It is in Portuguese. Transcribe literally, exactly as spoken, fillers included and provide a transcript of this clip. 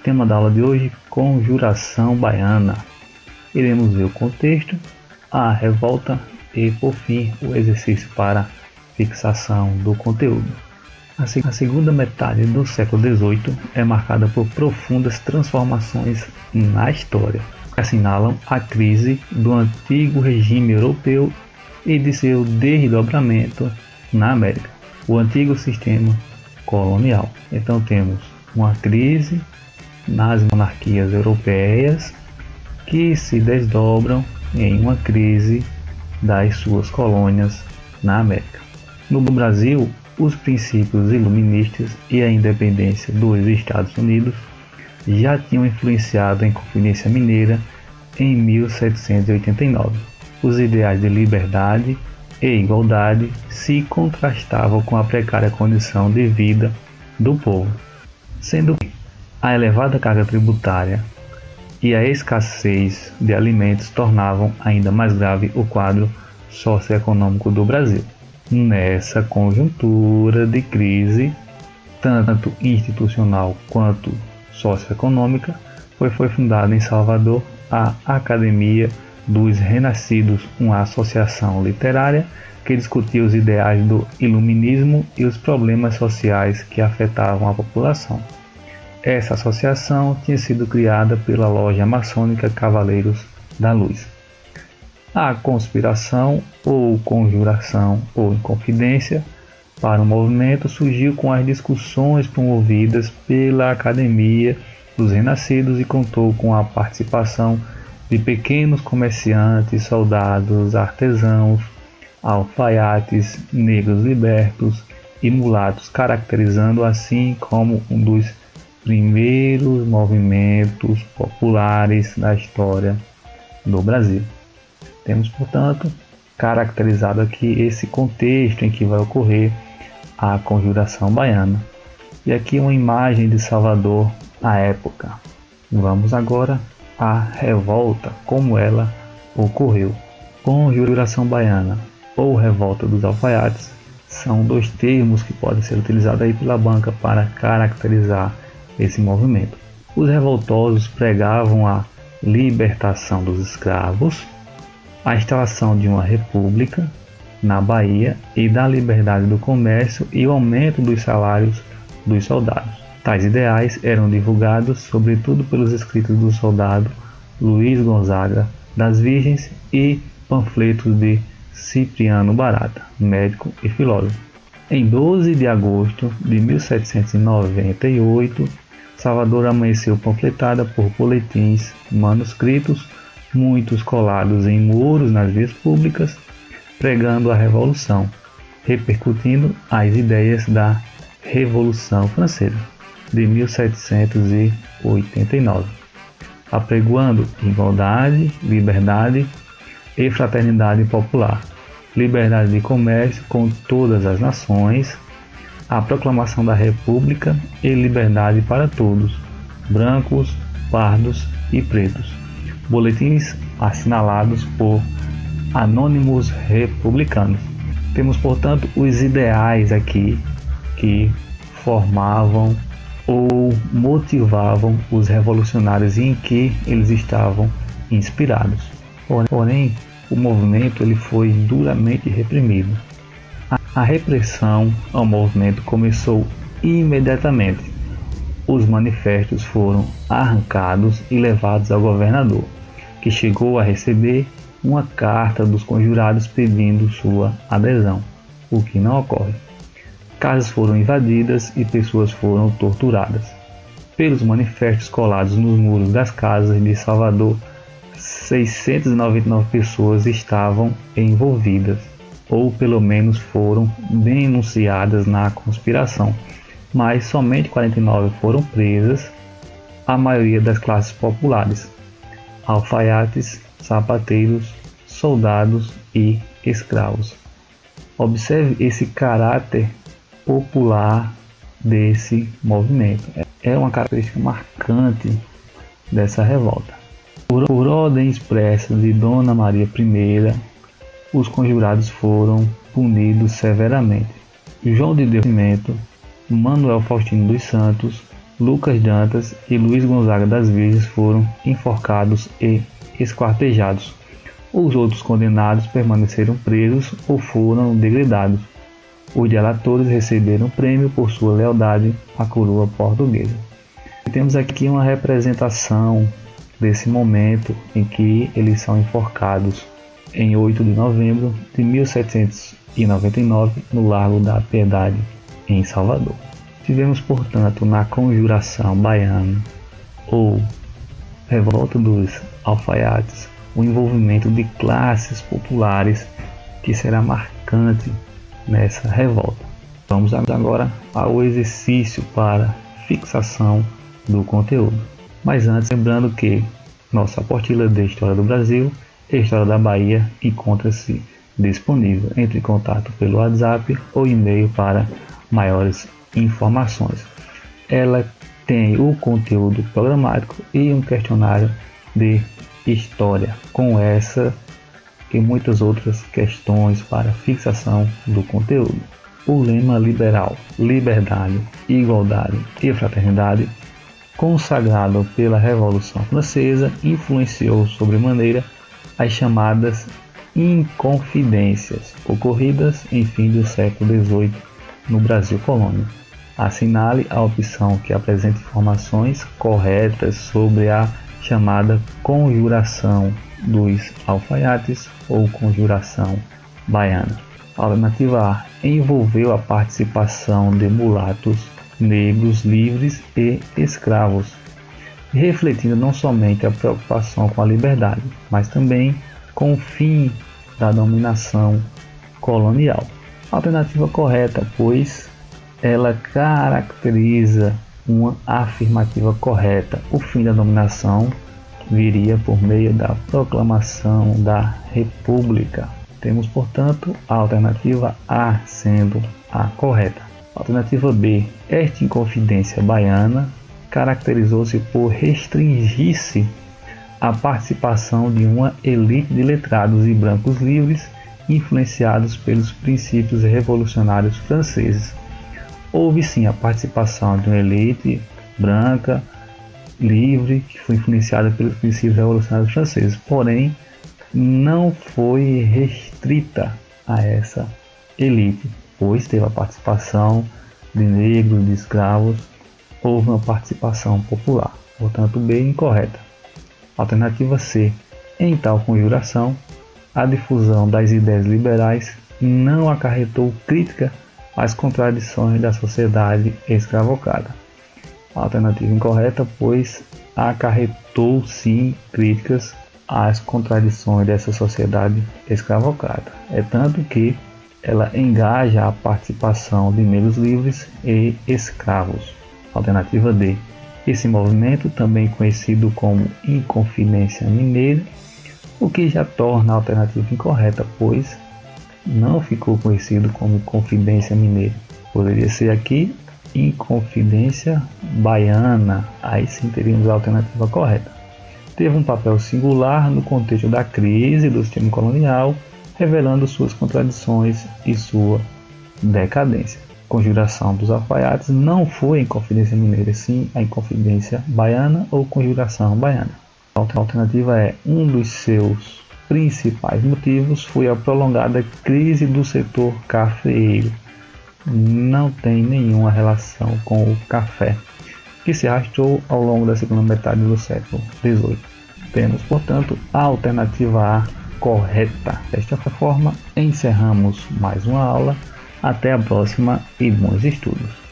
Tema da aula de hoje: Conjuração Baiana. Iremos ver o contexto, a revolta e, por fim, o exercício para fixação do conteúdo. A segunda metade do século dezoito é marcada por profundas transformações na história, que assinalam a crise do antigo regime europeu e de seu desdobramento na América, o antigo sistema colonial. Então temos uma crise nas monarquias europeias que se desdobram em uma crise das suas colônias na América. No Brasil, os princípios iluministas e a independência dos Estados Unidos já tinham influenciado a Inconfidência Mineira em mil setecentos e oitenta e nove. Os ideais de liberdade e igualdade se contrastavam com a precária condição de vida do povo, sendo que a elevada carga tributária e a escassez de alimentos tornavam ainda mais grave o quadro socioeconômico do Brasil. Nessa conjuntura de crise, tanto institucional quanto socioeconômica, foi, foi fundada em Salvador a Academia dos Renascidos, uma associação literária que discutia os ideais do iluminismo e os problemas sociais que afetavam a população. Essa associação tinha sido criada pela loja maçônica Cavaleiros da Luz. A conspiração ou conjuração ou inconfidência para o movimento surgiu com as discussões promovidas pela Academia dos Renascidos e contou com a participação de pequenos comerciantes, soldados, artesãos, alfaiates, negros libertos e mulatos, caracterizando assim como um dos primeiros movimentos populares da história do Brasil. Temos, portanto, caracterizado aqui esse contexto em que vai ocorrer a Conjuração Baiana. E aqui uma imagem de Salvador à época. Vamos agora à revolta, como ela ocorreu. Conjuração Baiana ou Revolta dos Alfaiates são dois termos que podem ser utilizados aí pela banca para caracterizar esse movimento. Os revoltosos pregavam a libertação dos escravos, a instalação de uma república na Bahia e da liberdade do comércio e o aumento dos salários dos soldados. Tais ideais eram divulgados sobretudo pelos escritos do soldado Luiz Gonzaga das Virgens e panfletos de Cipriano Barata, médico e filósofo. Em doze de agosto de mil setecentos e noventa e oito, Salvador amanheceu panfletada por boletins manuscritos, muitos colados em muros nas vias públicas, pregando a Revolução, repercutindo as ideias da Revolução Francesa de mil setecentos e oitenta e nove, apregoando igualdade, liberdade e fraternidade popular, liberdade de comércio com todas as nações, a proclamação da República e liberdade para todos, brancos, pardos e pretos. Boletins assinalados por anônimos republicanos. Temos, portanto, os ideais aqui que formavam ou motivavam os revolucionários e em que eles estavam inspirados. Porém, o movimento ele foi duramente reprimido. A repressão ao movimento começou imediatamente. Os manifestos foram arrancados e levados ao governador, que chegou a receber uma carta dos conjurados pedindo sua adesão, o que não ocorre. Casas foram invadidas e pessoas foram torturadas. Pelos manifestos colados nos muros das casas de Salvador, seiscentas e noventa e nove pessoas estavam envolvidas, ou pelo menos foram denunciadas na conspiração, mas somente quarenta e nove foram presas, a maioria das classes populares, alfaiates, sapateiros, soldados e escravos. Observe esse caráter popular desse movimento. É uma característica marcante dessa revolta. Por, por ordem expressa de Dona Maria I, os conjurados foram punidos severamente. João de Deus Nascimento, Manuel Faustino dos Santos, Lucas Dantas e Luiz Gonzaga das Virgens foram enforcados e esquartejados. Os outros condenados permaneceram presos ou foram degradados. Os delatores receberam prêmio por sua lealdade à coroa portuguesa. E temos aqui uma representação desse momento em que eles são enforcados em oito de novembro de mil setecentos e noventa e nove no Largo da Piedade, em Salvador. Tivemos, portanto, na Conjuração Baiana, ou Revolta dos Alfaiates, o envolvimento de classes populares que será marcante nessa revolta. Vamos agora ao exercício para fixação do conteúdo. Mas antes, lembrando que nossa apostila de História do Brasil e História da Bahia encontra-se disponível. Entre em contato pelo WhatsApp ou e-mail para maiores informações. Ela tem o conteúdo programático e um questionário de história, com essa e muitas outras questões para fixação do conteúdo. O lema liberal, liberdade, igualdade e fraternidade, consagrado pela Revolução Francesa, influenciou sobremaneira as chamadas inconfidências ocorridas em fim do século dezoito no Brasil colônia. Assinale a opção que apresenta informações corretas sobre a chamada Conjuração dos Alfaiates ou Conjuração Baiana. A alternativa A envolveu a participação de mulatos, negros, livres e escravos, refletindo não somente a preocupação com a liberdade, mas também com o fim da dominação colonial. A alternativa correta, pois ela caracteriza uma afirmativa correta. O fim da dominação viria por meio da proclamação da República. Temos, portanto, a alternativa A sendo a correta. Alternativa B. Esta Inconfidência Baiana caracterizou-se por restringir-se à participação de uma elite de letrados e brancos livres influenciados pelos princípios revolucionários franceses. Houve sim a participação de uma elite branca, livre, que foi influenciada pelos princípios revolucionários franceses, porém não foi restrita a essa elite, pois teve a participação de negros, de escravos, houve uma participação popular, portanto B incorreta. Alternativa C. Em tal conjuração, a difusão das ideias liberais não acarretou crítica às contradições da sociedade escravocrata. Alternativa incorreta, pois acarretou sim críticas às contradições dessa sociedade escravocrata. É tanto que ela engaja a participação de negros livres e escravos. Alternativa D. Esse movimento, também conhecido como Inconfidência Mineira, o que já torna a alternativa incorreta, pois não ficou conhecido como Confidência Mineira. Poderia ser aqui Inconfidência Baiana, aí sim teríamos a alternativa correta. Teve um papel singular no contexto da crise do sistema colonial, revelando suas contradições e sua decadência. Conjuração dos Alfaiates não foi a Inconfidência Mineira, sim a Inconfidência Baiana ou Conjuração Baiana. A alternativa é: um dos seus principais motivos foi a prolongada crise do setor cafeeiro. Não tem nenhuma relação com o café, que se arrastou ao longo da segunda metade do século dezoito. Temos, portanto, a alternativa A correta. Desta forma, encerramos mais uma aula. Até a próxima e bons estudos!